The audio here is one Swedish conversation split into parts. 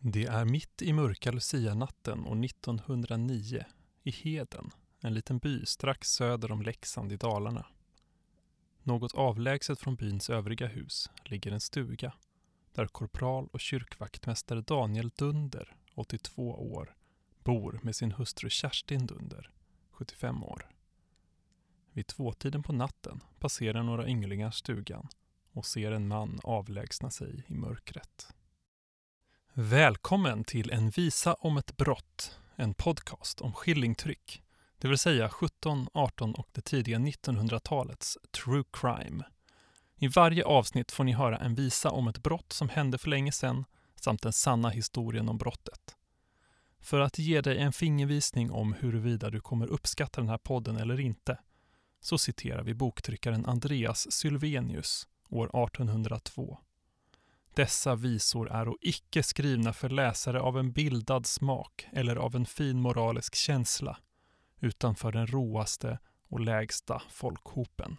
Det är mitt i mörka Lucia-natten år 1909 i Heden, en liten by strax söder om Leksand i Dalarna. Något avlägset från byns övriga hus ligger en stuga där korpral och kyrkvaktmästare Daniel Dunder, 82 år, bor med sin hustru Kerstin Dunder, 75 år. Vid 2-tiden på natten passerar några ynglingar stugan och ser en man avlägsna sig i mörkret. Välkommen till En visa om ett brott, en podcast om skillingtryck, det vill säga 17, 18 och det tidiga 1900-talets true crime. I varje avsnitt får ni höra en visa om ett brott som hände för länge sedan samt den sanna historien om brottet. För att ge dig en fingervisning om huruvida du kommer uppskatta den här podden eller inte så citerar vi boktryckaren Andreas Sylvenius år 1802. Dessa visor är och icke skrivna för läsare av en bildad smak eller av en fin moralisk känsla, utan för den roaste och lägsta folkhopen.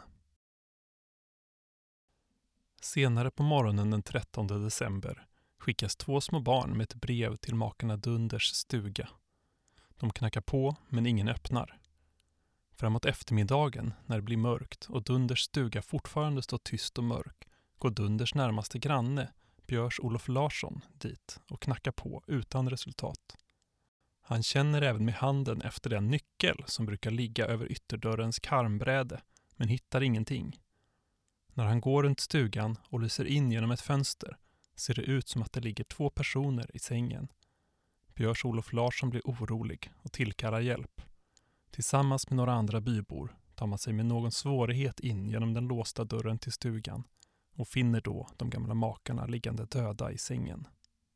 Senare på morgonen den 13 december skickas 2 små barn med ett brev till makarna Dunders stuga. De knackar på men ingen öppnar. Framåt eftermiddagen när det blir mörkt och Dunders stuga fortfarande står tyst och mörk går Dunders närmaste granne Björs Olof Larsson dit och knackar på utan resultat. Han känner även med handen efter den nyckel som brukar ligga över ytterdörrens karmbräde men hittar ingenting. När han går runt stugan och lyser in genom ett fönster ser det ut som att det ligger 2 personer i sängen. Björs Olof Larsson blir orolig och tillkallar hjälp. Tillsammans med några andra bybor tar man sig med någon svårighet in genom den låsta dörren till stugan och finner då de gamla makarna liggande döda i sängen.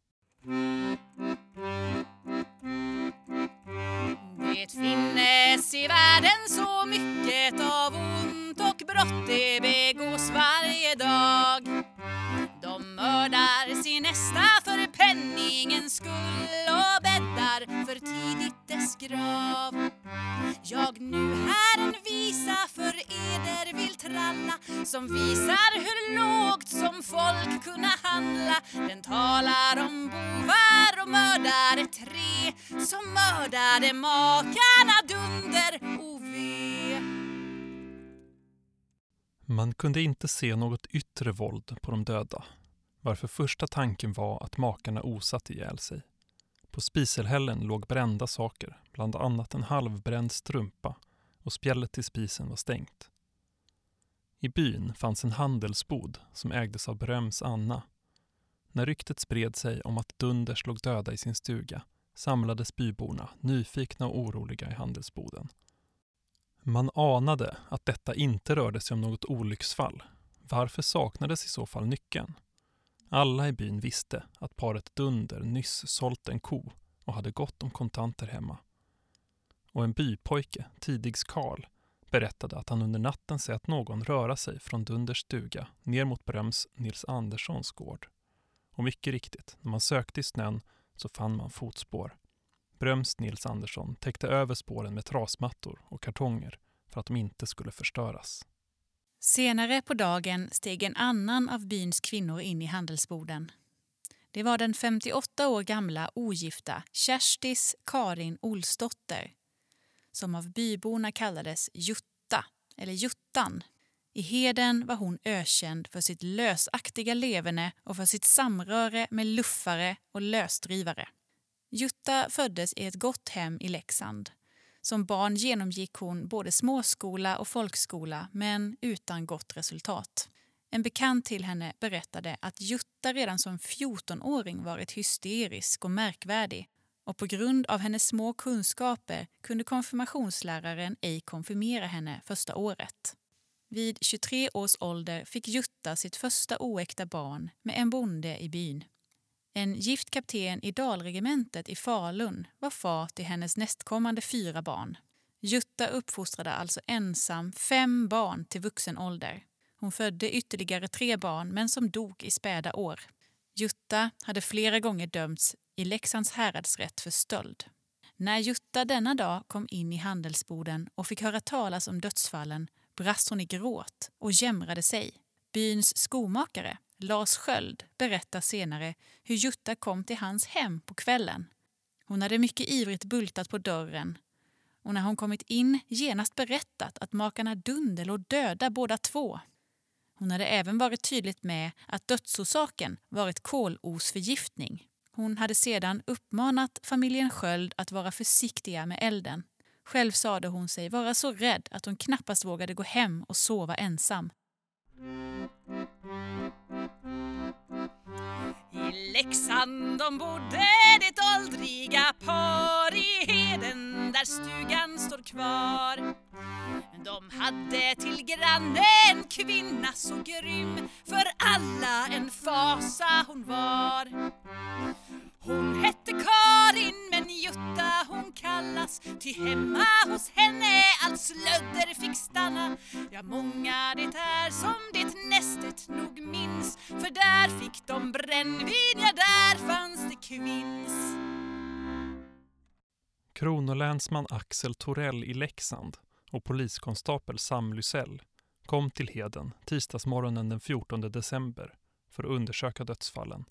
Det finnes i världen så mycket av ont och brott det begås varje dag. De mördar sin nästa för penningens skull och bäddar för tidigt dess grav. Jag nu här en visa för eder vill tralla som visar hur lågt som folk kunna handla. Den talar om bovar och mördare 3 som mördade makarna Dunder och V. Man kunde inte se något yttre våld på de döda, varför första tanken var att makarna osatt ihjäl sig. På spiselhällen låg brända saker, bland annat en halvbränd strumpa, och spjället till spisen var stängt. I byn fanns en handelsbod som ägdes av Bröms Anna. När ryktet spred sig om att Dunders låg döda i sin stuga samlades byborna nyfikna och oroliga i handelsboden. Man anade att detta inte rörde sig om något olycksfall. Varför saknades i så fall nyckeln? Alla i byn visste att paret Dunder nyss sålt en ko och hade gott om kontanter hemma. Och en bypojke, Tidigs Karl, berättade att han under natten sett någon röra sig från Dunders stuga ner mot Bröms Nils Anderssons gård. Och mycket riktigt, när man sökte i snön så fann man fotspår. Bröms Nils Andersson täckte över spåren med trasmattor och kartonger för att de inte skulle förstöras. Senare på dagen steg en annan av byns kvinnor in i handelsboden. Det var den 58 år gamla ogifta Kerstis Karin Olsdotter, som av byborna kallades Jutta eller Juttan. I Heden var hon ökänd för sitt lösaktiga leverne och för sitt samröre med luffare och lösdrivare. Jutta föddes i ett gott hem i Leksand. Som barn genomgick hon både småskola och folkskola, men utan gott resultat. En bekant till henne berättade att Jutta redan som 14-åring varit hysterisk och märkvärdig, och på grund av hennes små kunskaper kunde konfirmationsläraren ej konfirmera henne första året. Vid 23 års ålder fick Jutta sitt första oäkta barn med en bonde i byn. En gift kapten i Dalregementet i Falun var far till hennes nästkommande 4 barn. Jutta uppfostrade alltså ensam 5 barn till vuxen ålder. Hon födde ytterligare 3 barn men som dog i späda år. Jutta hade flera gånger dömts i Leksands häradsrätt för stöld. När Jutta denna dag kom in i handelsboden och fick höra talas om dödsfallen brast hon i gråt och jämrade sig. Byns skomakare, Lars Sköld, berättar senare hur Jutta kom till hans hem på kvällen. Hon hade mycket ivrigt bultat på dörren och när hon kommit in genast berättat att makarna Dunder låg döda båda två. Hon hade även varit tydligt med att dödsorsaken varit kolosförgiftning. Hon hade sedan uppmanat familjen Sköld att vara försiktiga med elden. Själv sade hon sig vara så rädd att hon knappast vågade gå hem och sova ensam. I Leksand de bodde det åldriga par i heden där stugan står kvar. De hade till granne en kvinna så grym, för alla en fasa hon var. Hon hette Karin men Jutta hon kallas, ty hemma hos henne allt slödder fick stanna. Ja, många det är som det nästet nog minns, för där fick de brännvin, ja där fanns det kvinns. Kronolänsman Axel Torell i Leksand och poliskonstapel Sam Lysell kom till Heden tisdagsmorgonen den 14 december för att undersöka dödsfallen.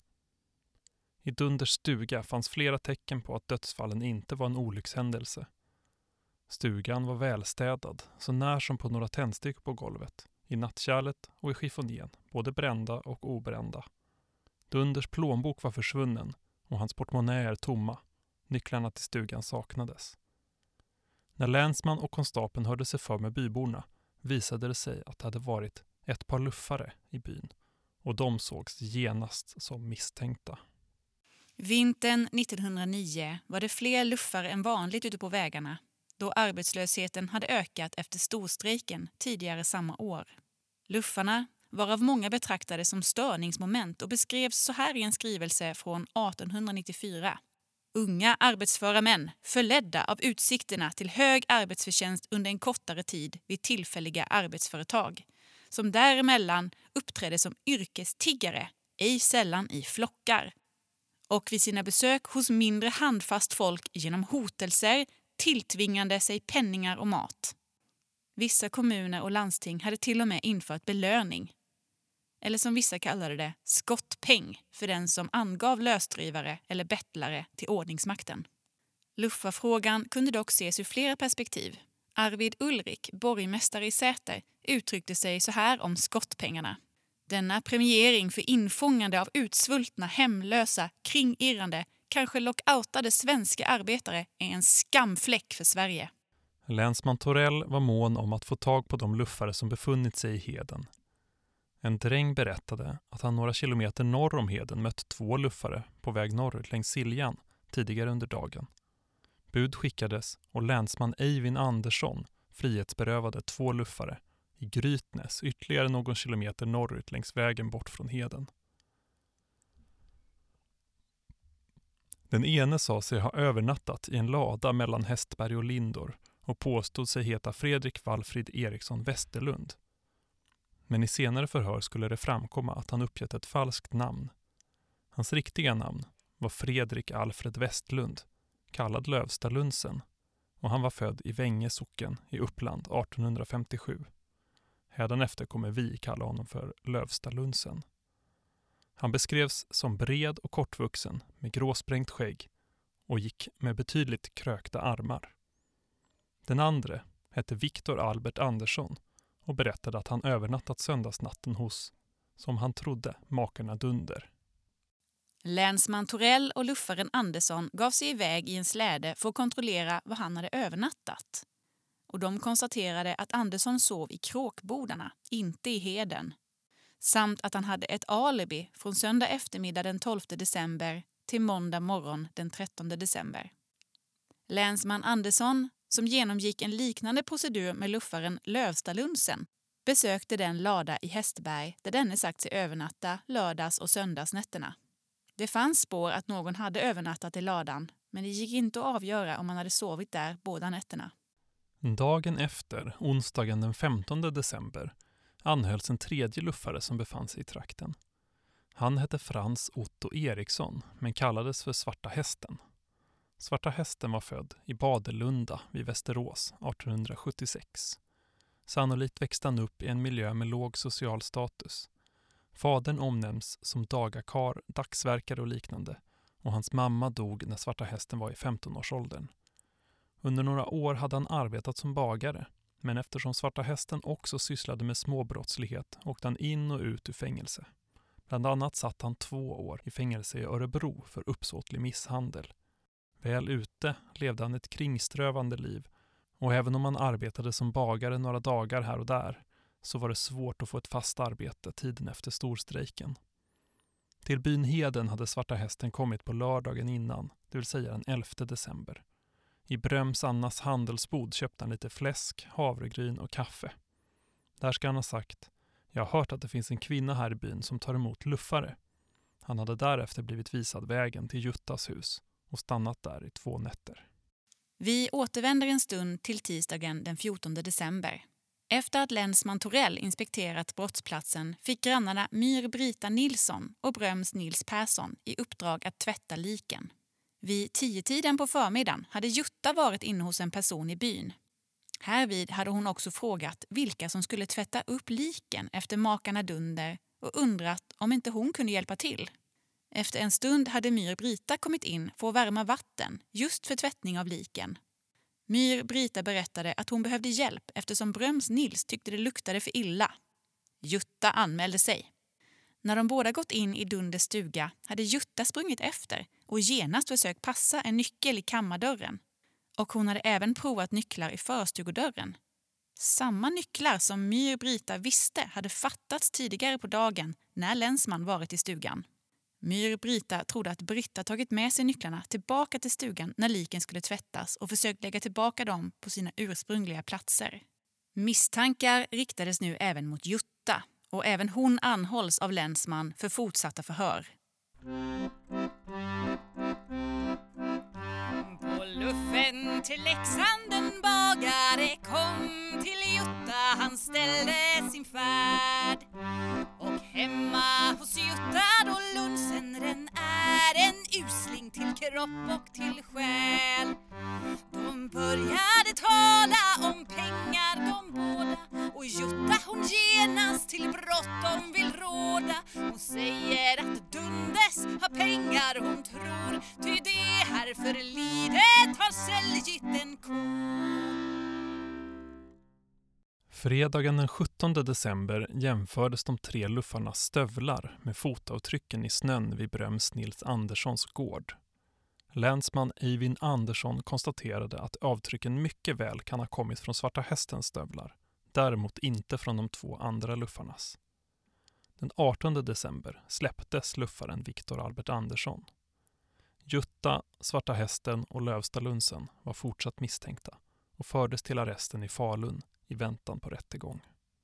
I Dunders stuga fanns flera tecken på att dödsfallen inte var en olyckshändelse. Stugan var välstädad, så när som på några tändstickor på golvet, i nattkärlet och i chiffonjen, både brända och obrända. Dunders plånbok var försvunnen och hans portmonnäer tomma. Nycklarna till stugan saknades. När länsman och konstapeln hörde sig för med byborna visade det sig att det hade varit ett par luffare i byn och de sågs genast som misstänkta. Vintern 1909 var det fler luffare än vanligt ute på vägarna, då arbetslösheten hade ökat efter storstrejken tidigare samma år. Luffarna var av många betraktade som störningsmoment och beskrevs så här i en skrivelse från 1894. Unga arbetsföra män förledda av utsikterna till hög arbetsförtjänst under en kortare tid vid tillfälliga arbetsföretag, som däremellan uppträdde som yrkestiggare, ej sällan i flockar, och vid sina besök hos mindre handfast folk genom hotelser tilltvingande sig penningar och mat. Vissa kommuner och landsting hade till och med infört belöning, eller som vissa kallade det, skottpeng för den som angav lösdrivare eller bettlare till ordningsmakten. Luffarfrågan kunde dock ses ur flera perspektiv. Arvid Ulrik, borgmästare i Säter, uttryckte sig så här om skottpengarna. Denna premiering för infångande av utsvultna, hemlösa, kringirrande, kanske lockoutade svenska arbetare är en skamfläck för Sverige. Länsman Torell var mån om att få tag på de luffare som befunnit sig i Heden. En dräng berättade att han några kilometer norr om Heden mött 2 luffare på väg norrut längs Siljan tidigare under dagen. Bud skickades och länsman Eivind Andersson frihetsberövade 2 luffare i Grytnäs ytterligare någon kilometer norrut längs vägen bort från Heden. Den ene sa sig ha övernattat i en lada mellan Hästberg och Lindor och påstod sig heta Fredrik Walfrid Eriksson Westerlund. Men i senare förhör skulle det framkomma att han uppgett ett falskt namn. Hans riktiga namn var Fredrik Alfred Westlund, kallad Lövstalundsen, och han var född i Vänge socken i Uppland 1857. Hädanefter kommer vi kalla honom för Lövstalundsen. Han beskrevs som bred och kortvuxen med gråsprängt skägg och gick med betydligt krökta armar. Den andra hette Viktor Albert Andersson och berättade att han övernattat söndagsnatten hos, som han trodde, makarna Dunder. Länsman Torell och luffaren Andersson gav sig iväg i en släde för att kontrollera var han hade övernattat. Och de konstaterade att Andersson sov i Kråkbodarna, inte i Heden. Samt att han hade ett alibi från söndag eftermiddag den 12 december till måndag morgon den 13 december. Länsman Andersson, som genomgick en liknande procedur med luffaren Lövstalundsen, besökte den lada i Hästberg där denne sagt sig övernatta lördags- och söndagsnätterna. Det fanns spår att någon hade övernattat i ladan, men det gick inte att avgöra om man hade sovit där båda nätterna. Dagen efter, onsdagen den 15 december, anhölls en tredje luffare som befann sig i trakten. Han hette Frans Otto Eriksson, men kallades för Svarta Hästen. Svarta Hästen var född i Badelunda vid Västerås 1876. Sannolikt växte han upp i en miljö med låg social status. Fadern omnämns som dagakar, dagsverkare och liknande, och hans mamma dog när Svarta Hästen var i 15-årsåldern. Under några år hade han arbetat som bagare, men eftersom Svarta Hästen också sysslade med småbrottslighet åkte han in och ut ur fängelse. Bland annat satt han 2 år i fängelse i Örebro för uppsåtlig misshandel. Väl ute levde han ett kringströvande liv, och även om han arbetade som bagare några dagar här och där så var det svårt att få ett fast arbete tiden efter storstrejken. Till byn Heden hade Svarta Hästen kommit på lördagen innan, det vill säga den 11 december. I Bröms Annas handelsbod köpte han lite fläsk, havregryn och kaffe. Där ska han ha sagt: "Jag har hört att det finns en kvinna här i byn som tar emot luffare." Han hade därefter blivit visad vägen till Juttas hus och stannat där i 2 nätter. Vi återvänder en stund till tisdagen den 14 december. Efter att länsman Torell inspekterat brottsplatsen fick grannarna Myr-Brita Nilsson och Bröms Nils Persson i uppdrag att tvätta liken. Vid 10-tiden på förmiddagen hade Jutta varit inne hos en person i byn. Härvid hade hon också frågat vilka som skulle tvätta upp liken efter makarna Dunder och undrat om inte hon kunde hjälpa till. Efter en stund hade Myr-Brita kommit in för att värma vatten just för tvättning av liken. Myr-Brita berättade att hon behövde hjälp eftersom Bröms Nils tyckte det luktade för illa. Jutta anmälde sig. När de båda gått in i Dunders stuga hade Jutta sprungit efter och genast försökt passa en nyckel i kammardörren. Och hon hade även provat nycklar i förstugodörren. Samma nycklar som Myr-Brita visste hade fattats tidigare på dagen när länsman varit i stugan. Myr-Brita trodde att Britta tagit med sig nycklarna tillbaka till stugan när liken skulle tvättas och försökt lägga tillbaka dem på sina ursprungliga platser. Misstankar riktades nu även mot Jutta och även hon anhålls av länsman för fortsatta förhör. På luffen till Leksand en bagare kom till Jutta, han ställde sin färd. Och hemma hos Jutta då lunsen den är en usling till kropp och till själ. De började tala om pengar de båda och Jutta hon genast till brott vill råda. Hon säger att Dundes har pengar hon tror, ty det här förlidet har säljit en ko. Fredagen den 17 december jämfördes de 3 luffarnas stövlar med fotavtrycken i snön vid Bröms Nils Anderssons gård. Länsman Eivind Andersson konstaterade att avtrycken mycket väl kan ha kommit från Svarta Hästens stövlar, däremot inte från de 2 andra luffarnas. Den 18 december släpptes luffaren Viktor Albert Andersson. Jutta, Svarta Hästen och Lövstalunsen var fortsatt misstänkta och fördes till arresten i Falun i väntan på rättegång.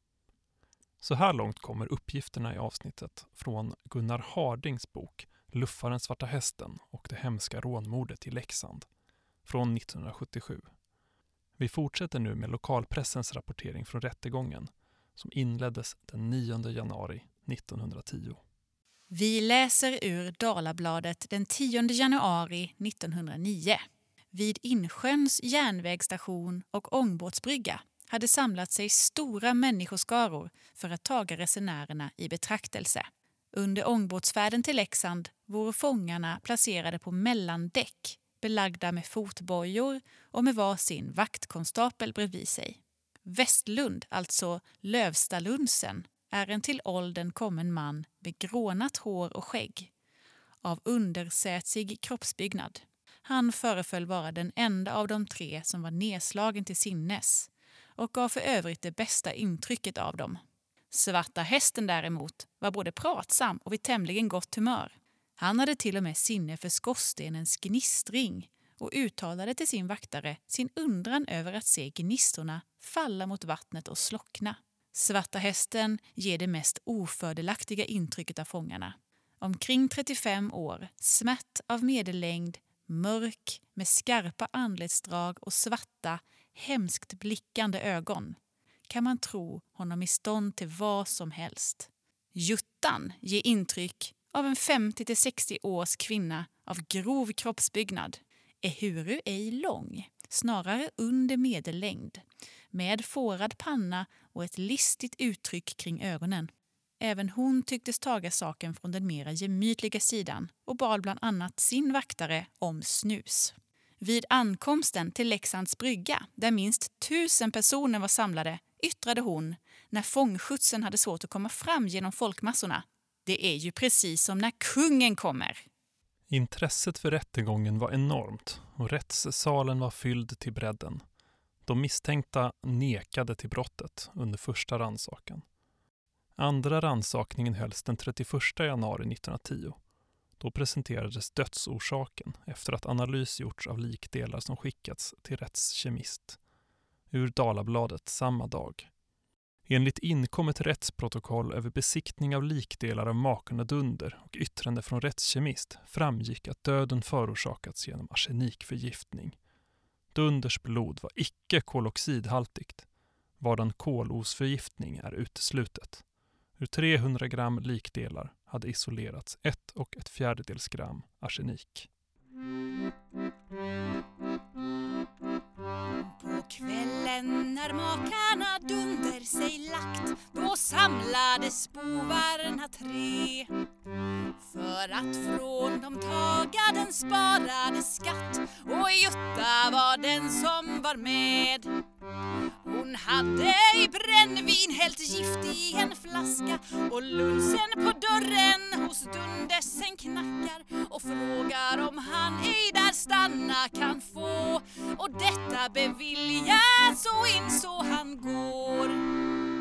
Så här långt kommer uppgifterna i avsnittet från Gunnar Hardings bok Luffaren Svarta Hästen och det hemska rånmordet i Leksand från 1977. Vi fortsätter nu med lokalpressens rapportering från rättegången som inleddes den 9 januari 1910. Vi läser ur Dalabladet den 10 januari 1909. Vid Insjöns järnvägsstation och ångbåtsbrygga hade samlat sig stora människoskaror för att taga resenärerna i betraktelse. Under ångbåtsfärden till Leksand vore fångarna placerade på mellandäck, belagda med fotbojor och med var sin vaktkonstapel bredvid sig. Westlund, alltså Lövstalunsen, är en till åldern kommen man med grånat hår och skägg, av undersätsig kroppsbyggnad. Han föreföll vara den enda av de 3 som var nedslagen till sinnes och gav för övrigt det bästa intrycket av dem. Svarta Hästen däremot var både pratsam och vid tämligen gott humör. Han hade till och med sinne för skorstenens gnistring och uttalade till sin vaktare sin undran över att se gnistorna falla mot vattnet och slockna. Svarta Hästen ger det mest ofördelaktiga intrycket av fångarna. Omkring 35 år, smätt av medellängd, mörk med skarpa anletsdrag och svarta, hemskt blickande ögon. Kan man tro honom i stånd till vad som helst. Juttan ger intryck av en 50-60 års kvinna av grov kroppsbyggnad. Ehuru ej lång, snarare under medellängd, med fårad panna och ett listigt uttryck kring ögonen. Även hon tycktes taga saken från den mera gemytliga sidan och bad bland annat sin vaktare om snus. Vid ankomsten till Leksands brygga, där minst 1000 personer var samlade, yttrade hon, när fångskjutsen hade svårt att komma fram genom folkmassorna: "Det är ju precis som när kungen kommer." Intresset för rättegången var enormt och rättssalen var fylld till bredden. De misstänkta nekade till brottet under första rannsakan. Andra rannsakningen hölls den 31 januari 1910. Då presenterades dödsorsaken efter att analys gjorts av likdelar som skickats till rättskemist. Ur Dalabladet samma dag. Enligt inkommet rättsprotokoll över besiktning av likdelar av makarna Dunder och yttrande från rättskemist framgick att döden förorsakats genom arsenikförgiftning. Dunders blod var icke koloxidhaltigt, vadan kolosförgiftning är uteslutet. Ur 300 gram likdelar hade isolerats 1,4 gram arsenik. På kvällen när makarna Dunder sig lagt, då samlades bovarna 3 för att från dem taga den sparade skatt, och Jutta var den som var med. Hon hade i brännvin hällt gift i en flaska, och lunsen på dörren hos Dundersen knackar och frågar om han ej där stanna kan få, och detta beviljas så in så han går.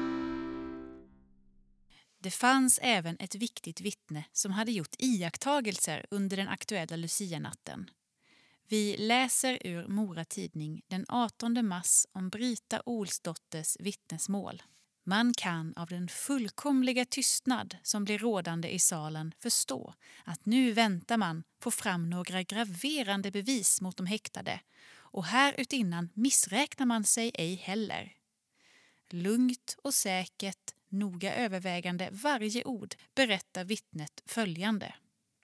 Det fanns även ett viktigt vittne som hade gjort iakttagelser under den aktuella Lucia-natten. Vi läser ur Mora Tidning den 18 mars om Brita Olsdotters vittnesmål. Man kan av den fullkomliga tystnad som blir rådande i salen förstå att nu väntar man få fram några graverande bevis mot de häktade, och här utinnan missräknar man sig ej heller. Lugnt och säkert, noga övervägande varje ord, berättar vittnet följande.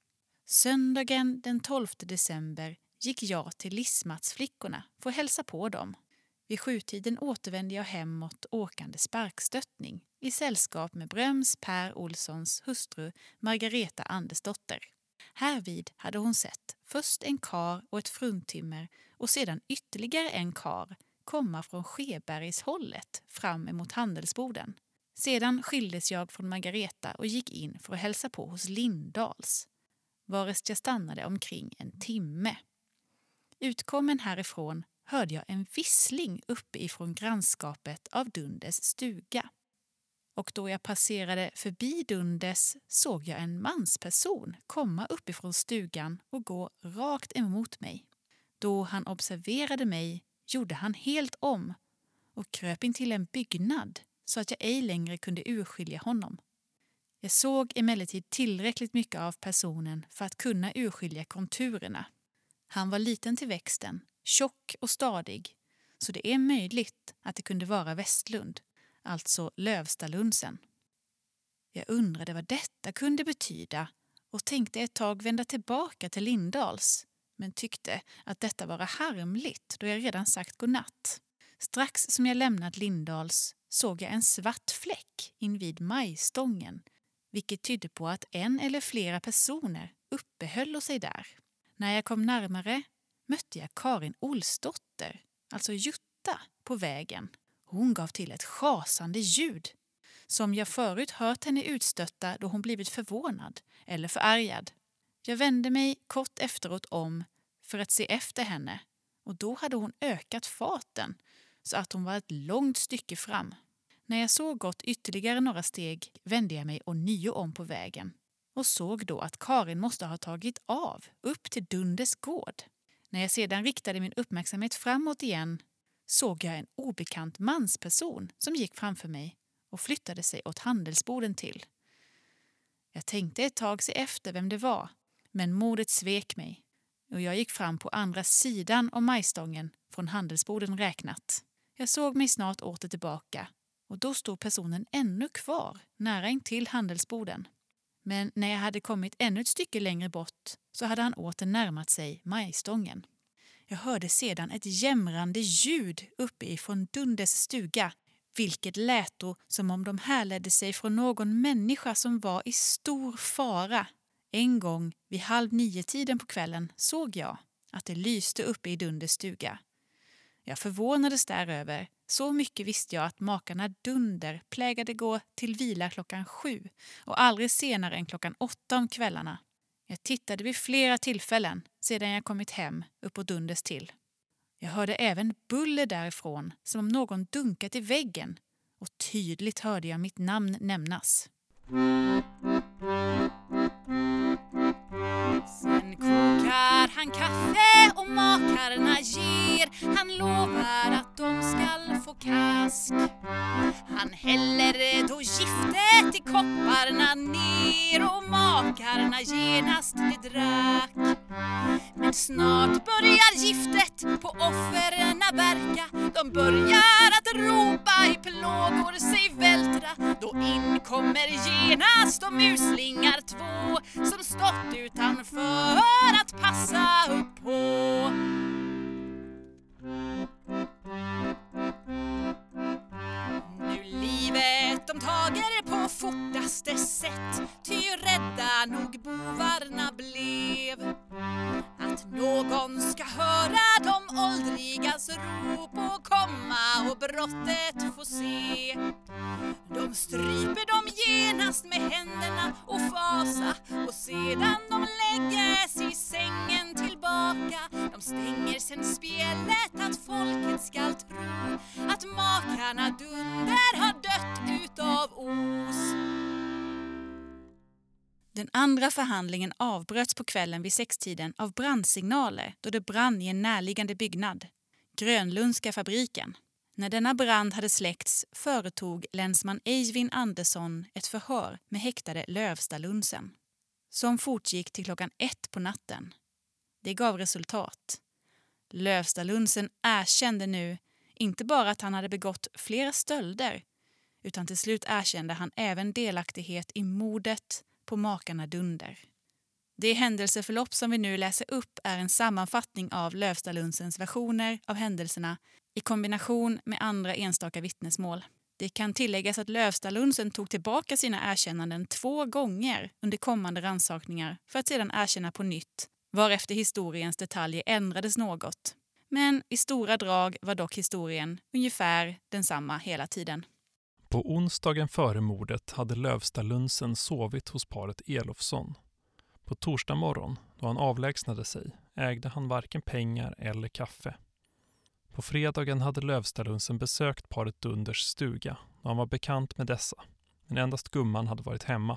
Söndagen den 12 december gick jag till Lismatsflickorna för att hälsa på dem. Vid 7-tiden återvände jag hemåt åkande sparkstöttning i sällskap med Bröms Per Olssons hustru Margareta Andersdotter. Härvid hade hon sett först en kar och ett fruntimmer och sedan ytterligare en kar komma från Skebergshållet fram emot handelsboden. Sedan skildes jag från Margareta och gick in för att hälsa på hos Lindahls, varest jag stannade omkring en timme. Utkommen härifrån hörde jag en vissling uppe ifrån grannskapet av Dunders stuga. Och då jag passerade förbi Dunders såg jag en mansperson komma uppifrån stugan och gå rakt emot mig. Då han observerade mig gjorde han helt om och kröp in till en byggnad så att jag ej längre kunde urskilja honom. Jag såg emellertid tillräckligt mycket av personen för att kunna urskilja konturerna. Han var liten till växten, tjock och stadig, så det är möjligt att det kunde vara Westlund, alltså Lövstalundsen. Jag undrade vad detta kunde betyda och tänkte ett tag vända tillbaka till Lindahls, men tyckte att detta var harmligt då jag redan sagt godnatt. Strax som jag lämnat Lindahls såg jag en svart fläck invid majstången, vilket tydde på att en eller flera personer uppehöll sig där. När jag kom närmare mötte jag Karin Olsdotter, alltså Jutta, på vägen. Hon gav till ett schasande ljud, som jag förut hört henne utstötta då hon blivit förvånad eller förargad. Jag vände mig kort efteråt om för att se efter henne, och då hade hon ökat farten så att hon var ett långt stycke fram. När jag såg gått ytterligare några steg vände jag mig ånyo om på vägen och såg då att Karin måste ha tagit av upp till Dunders gård. När jag sedan riktade min uppmärksamhet framåt igen såg jag en obekant mansperson som gick framför mig och flyttade sig åt handelsboden till. Jag tänkte ett tag se efter vem det var, men modet svek mig och jag gick fram på andra sidan om majstången från handelsboden räknat. Jag såg mig snart åter tillbaka och då stod personen ännu kvar nära intill handelsboden. Men när jag hade kommit ännu ett stycke längre bort så hade han åter närmat sig majstången. Jag hörde sedan ett jämrande ljud uppe ifrån Dunders stuga. vilket lät då som om de härledde sig från någon människa som var i stor fara. En gång vid 8:30 på kvällen såg jag att det lyste uppe i Dunders stuga. Jag förvånades däröver. Så mycket visste jag att makarna Dunder plägade gå till vila 7:00 och aldrig senare än 8:00 om kvällarna. Jag tittade vid flera tillfällen sedan jag kommit hem uppåt Dunders till. Jag hörde även buller därifrån som om någon dunkat i väggen och tydligt hörde jag mitt namn nämnas. Sen kokar han kaffe och makarna ger. Han lovar att de skall få kask. Han häller då giftet i kopparna ner och makarna genast det drack. Men snart börjar giftet på offerna verka. De börjar att ropa i plågor sig vältra. Då inkommer genast de muslingar 2 som stått utanför att passa upp på. Nu livet de tager på fortaste sätt, ty rädda nog bovarna blev. Att någon ska höra de åldrigas rop och komma och brottet få se. De stryper dem genast med händerna och fasa och sedan de lägges i sängen tillbaka. De stänger sen spjället att folket skall tro att makarna Dunder har dött utav os. Den andra förhandlingen avbröts på kvällen vid 6-tiden av brandsignaler då det brann i en närliggande byggnad, Grönlundska fabriken. När denna brand hade släckts företog länsman Eivind Andersson ett förhör med häktade Lövstallundsen, som fortgick till 1:00 på natten. Det gav resultat. Lövstallundsen erkände nu inte bara att han hade begått flera stölder, utan till slut erkände han även delaktighet i mordet på makarna Dunder. Det händelseförlopp som vi nu läser upp är en sammanfattning av Lövstallundsens versioner av händelserna i kombination med andra enstaka vittnesmål. Det kan tilläggas att Lövstallundsen tog tillbaka sina erkännanden 2 gånger under kommande rannsakningar för att sedan erkänna på nytt, varefter historiens detaljer ändrades något. Men i stora drag var dock historien ungefär densamma hela tiden. På onsdagen före mordet hade Lövstallundsen sovit hos paret Elofsson. På torsdag morgon, då han avlägsnade sig, ägde han varken pengar eller kaffe. På fredagen hade Lövstallundsen besökt paret Dunders stuga och han var bekant med dessa, men endast gumman hade varit hemma.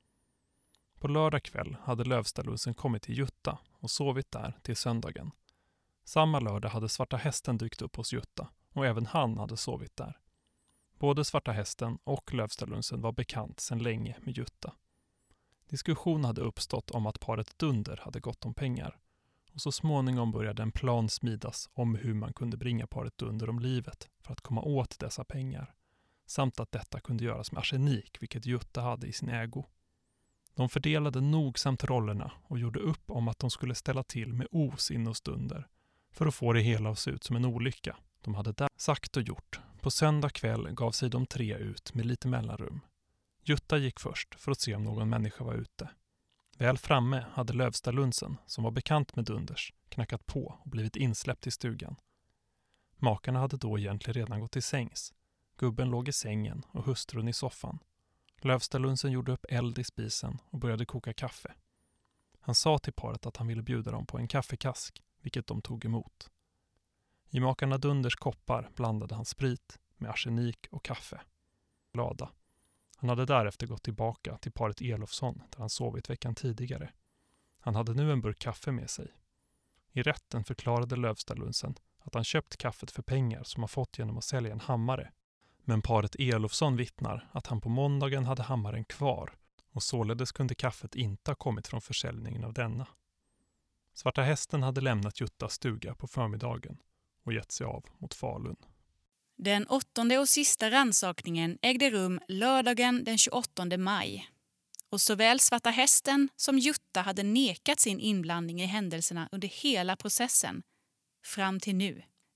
På lördag kväll hade Lövstallundsen kommit till Jutta och sovit där till söndagen. Samma lördag hade Svarta Hästen dykt upp hos Jutta och även han hade sovit där. Både Svarta Hästen och Lövstallundsen var bekant sedan länge med Jutta. Diskussion hade uppstått om att paret Dunder hade gott om pengar och så småningom började en plan smidas om hur man kunde bringa paret Dunder om livet för att komma åt dessa pengar, samt att detta kunde göras med arsenik, vilket Jutta hade i sin ägo. De fördelade nogsamt rollerna och gjorde upp om att de skulle ställa till med os in hos Dunder för att få det hela att se ut som en olycka. De hade där sagt och gjort. På söndag kväll gav sig de 3 ut med lite mellanrum. Jutta gick först för att se om någon människa var ute. Väl framme hade Lövstallundsen, som var bekant med Dunders, knackat på och blivit insläppt i stugan. Makarna hade då egentligen redan gått till sängs. Gubben låg i sängen och hustrun i soffan. Lövstallundsen gjorde upp eld i spisen och började koka kaffe. Han sa till paret att han ville bjuda dem på en kaffekask, vilket de tog emot. I makarna Dunders koppar blandade han sprit med arsenik och kaffe. Glada. Han hade därefter gått tillbaka till paret Elofsson där han sovit veckan tidigare. Han hade nu en burk kaffe med sig. I rätten förklarade Lövstallundsen att han köpt kaffet för pengar som han fått genom att sälja en hammare. Men paret Elofsson vittnar att han på måndagen hade hammaren kvar och således kunde kaffet inte ha kommit från försäljningen av denna. Svarta Hästen hade lämnat Juttas stuga på förmiddagen och gett sig av mot Falun. Den 8:e och sista rannsakningen ägde rum lördagen den 28 maj. Och såväl Svarta Hästen som Jutta hade nekat sin inblandning i händelserna under hela processen, fram till nu.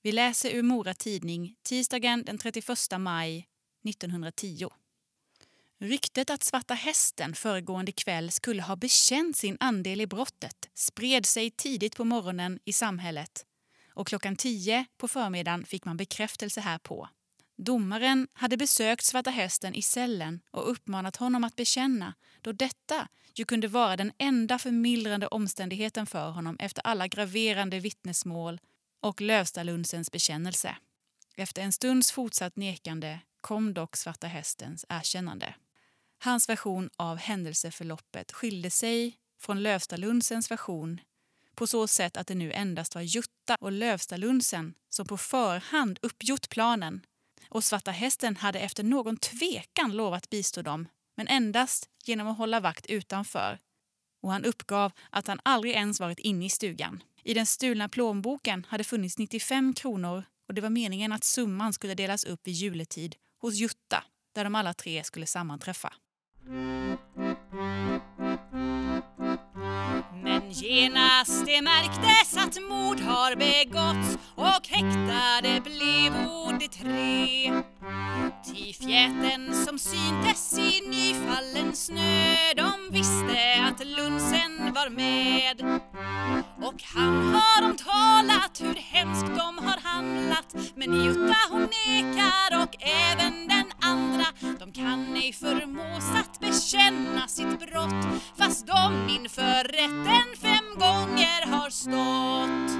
Vi läser ur Mora Tidning tisdagen den 31 maj 1910. Ryktet att Svarta Hästen föregående kväll skulle ha bekänt sin andel i brottet spred sig tidigt på morgonen i samhället och klockan 10 på förmiddagen fick man bekräftelse härpå. Domaren hade besökt Svarta Hästen i cellen och uppmanat honom att bekänna, då detta ju kunde vara den enda förmildrande omständigheten för honom efter alla graverande vittnesmål och Lövstalunsens bekännelse. Efter en stunds fortsatt nekande kom dock Svarta Hästens erkännande. Hans version av händelseförloppet skilde sig från Lövstalunsens version på så sätt att det nu endast var Jutta och Lövstalunsen som på förhand uppgjort planen, och Svarta Hästen hade efter någon tvekan lovat bistå dem, men endast genom att hålla vakt utanför. Och han uppgav att han aldrig ens varit inne i stugan. I den stulna plånboken hade funnits 95 kronor och det var meningen att summan skulle delas upp vid juletid hos Jutta, där de alla tre skulle sammanträffa. Men genast det märktes att mord har begåtts och häktade blev de tre. Till fjäten som syntes i nyfallen snö, de visste att Lunsen var med. Och han har omtalat hur hemskt de har handlat, men Jutta hon nekar och även den andra. De kan ej förmås att bekänna sitt brott, fast de inför rätten 5 gånger har stått.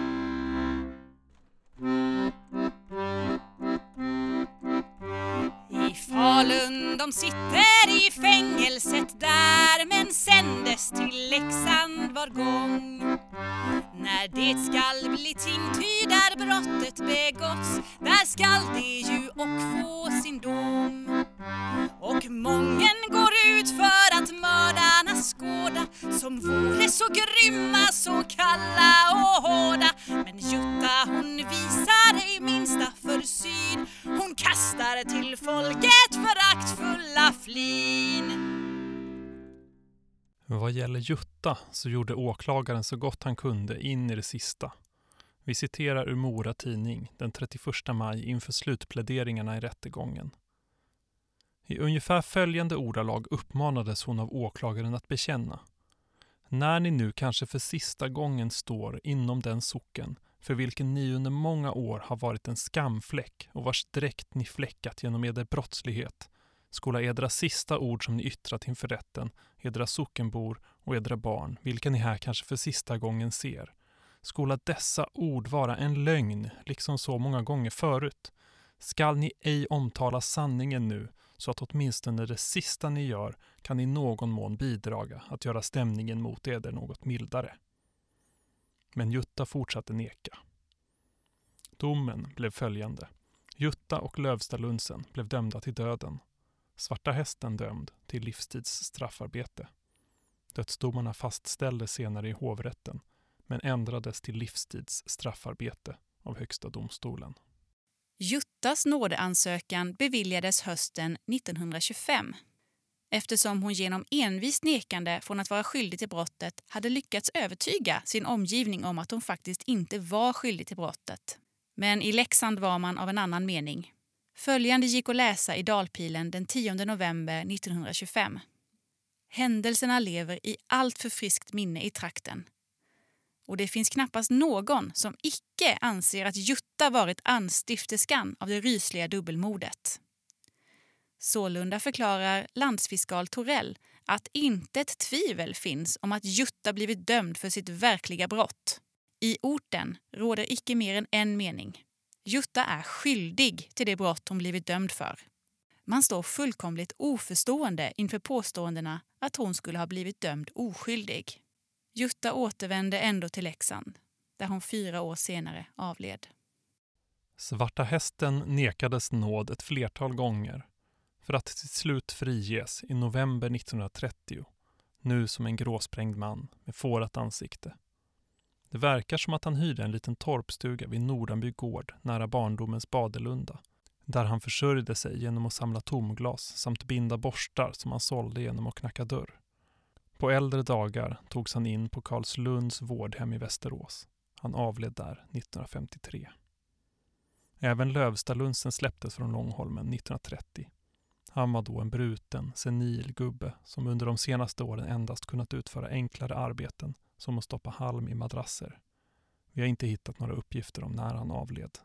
I Falun de sitter i fängelset där, men sändes till Leksand var gång. När det skall bli tingty där brottet begåtts, där skall det ju och få sin dom. Och mången går ut för att mördarna skåda, som vore så grymma, så kalla och hårda. Men Jutta hon visar ej minsta försyn, hon kastar till folket föraktfulla flin. Vad gäller Jutta så gjorde åklagaren så gott han kunde in i det sista. Vi citerar ur Mora Tidning den 31 maj inför slutpläderingarna i rättegången. I ungefär följande ordalag uppmanades hon av åklagaren att bekänna. När ni nu kanske för sista gången står inom den socken för vilken ni under många år har varit en skamfläck och vars dräkt ni fläckat genom eder brottslighet, skola edra sista ord som ni yttrat inför rätten, edra sockenbor och edra barn, vilka ni här kanske för sista gången ser. Skola dessa ord vara en lögn, liksom så många gånger förut. Skall ni ej omtala sanningen nu, så att åtminstone det sista ni gör kan i någon mån bidraga att göra stämningen mot eder något mildare. Men Jutta fortsatte neka. Domen blev följande. Jutta och Lövstalunsen blev dömda till döden. Svarta Hästen dömd till livstids straffarbete. Dödsdomarna fastställdes senare i hovrätten, men ändrades till livstids straffarbete av Högsta domstolen. Juttas nådeansökan beviljades hösten 1925. Eftersom hon genom envist nekande från att vara skyldig till brottet hade lyckats övertyga sin omgivning om att hon faktiskt inte var skyldig till brottet. Men i Leksand var man av en annan mening. Följande gick att läsa i Dalpilen den 10 november 1925. Händelserna lever i allt för friskt minne i trakten. Och det finns knappast någon som icke anser att Jutta varit anstifterskan av det rysliga dubbelmordet. Sålunda förklarar landsfiskal Torell att inte ett tvivel finns om att Jutta blivit dömd för sitt verkliga brott. I orten råder icke mer än en mening. Jutta är skyldig till det brott hon blivit dömd för. Man står fullkomligt oförstående inför påståendena att hon skulle ha blivit dömd oskyldig. Jutta återvände ändå till Leksand, där hon 4 år senare avled. Svarta Hästen nekades nåd ett flertal gånger för att till slut friges i november 1930, nu som en gråsprängd man med fårat ansikte. Det verkar som att han hyrde en liten torpstuga vid Nordanby gård nära barndomens Badelunda, där han försörjde sig genom att samla tomglas samt binda borstar som han sålde genom att knacka dörr. På äldre dagar togs han in på Karlslunds vårdhem i Västerås. Han avled där 1953. Även Lövstalunsen släpptes från Långholmen 1930. Han var då en bruten, senil gubbe som under de senaste åren endast kunnat utföra enklare arbeten som att stoppa halm i madrasser. Vi har inte hittat några uppgifter om när han avled.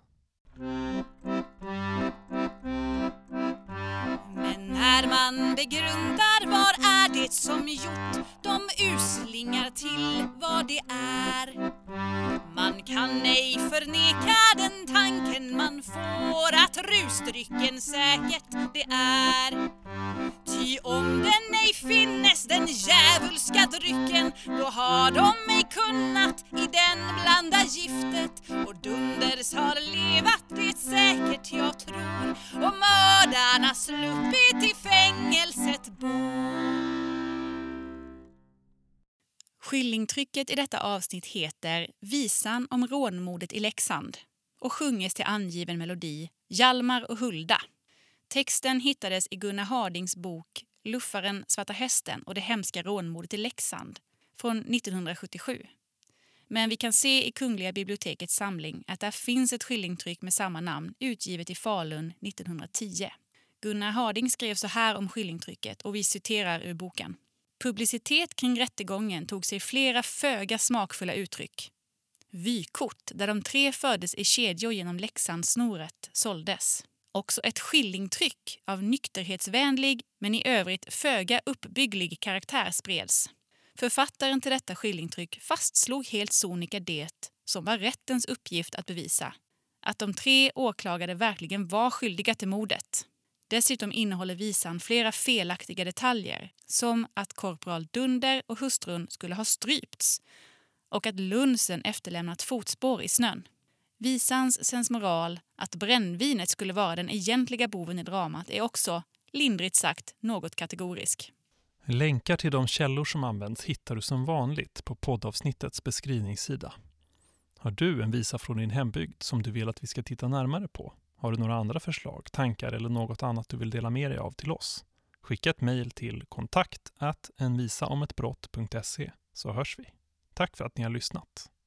Men när man begrundar vad är det som gjort de uslingar till vad det är. Man kan ej förneka den tanken man får att rusdrycken säkert det är. Ty om den ej finnes den djävulska drycken, då har de ej kunnat i den blanda giftet. Och Dunders har levat det säkert jag tror, och mördarna sluppit i fängelset bo. Skillingtrycket i detta avsnitt heter Visan om rånmordet i Leksand och sjunges till angiven melodi Hjalmar och Hulda. Texten hittades i Gunnar Hardings bok Luffaren, Svarta hästen och det hemska rånmordet i Leksand från 1977. Men vi kan se i Kungliga bibliotekets samling att där finns ett skillingtryck med samma namn utgivet i Falun 1910. Gunnar Harding skrev så här om skillingtrycket och vi citerar ur boken. Publicitet kring rättegången tog sig flera föga smakfulla uttryck. Vykort där de 3 fördes i kedjor genom Leksandssnoret såldes. Också ett skillingtryck av nykterhetsvänlig men i övrigt föga uppbygglig karaktär spreds. Författaren till detta skillingtryck fastslog helt sonika det som var rättens uppgift att bevisa. Att de 3 åklagade verkligen var skyldiga till mordet. Dessutom innehåller visan flera felaktiga detaljer som att korporal Dunder och hustrun skulle ha strypts och att Lundsen efterlämnat fotspår i snön. Visans sensmoral att brännvinet skulle vara den egentliga boven i dramat är också, lindrigt sagt, något kategorisk. Länkar till de källor som används hittar du som vanligt på poddavsnittets beskrivningssida. Har du en visa från din hembygd som du vill att vi ska titta närmare på? Har du några andra förslag, tankar eller något annat du vill dela med dig av till oss? Skicka ett mejl till kontakt@envisaometbrott.se så hörs vi. Tack för att ni har lyssnat.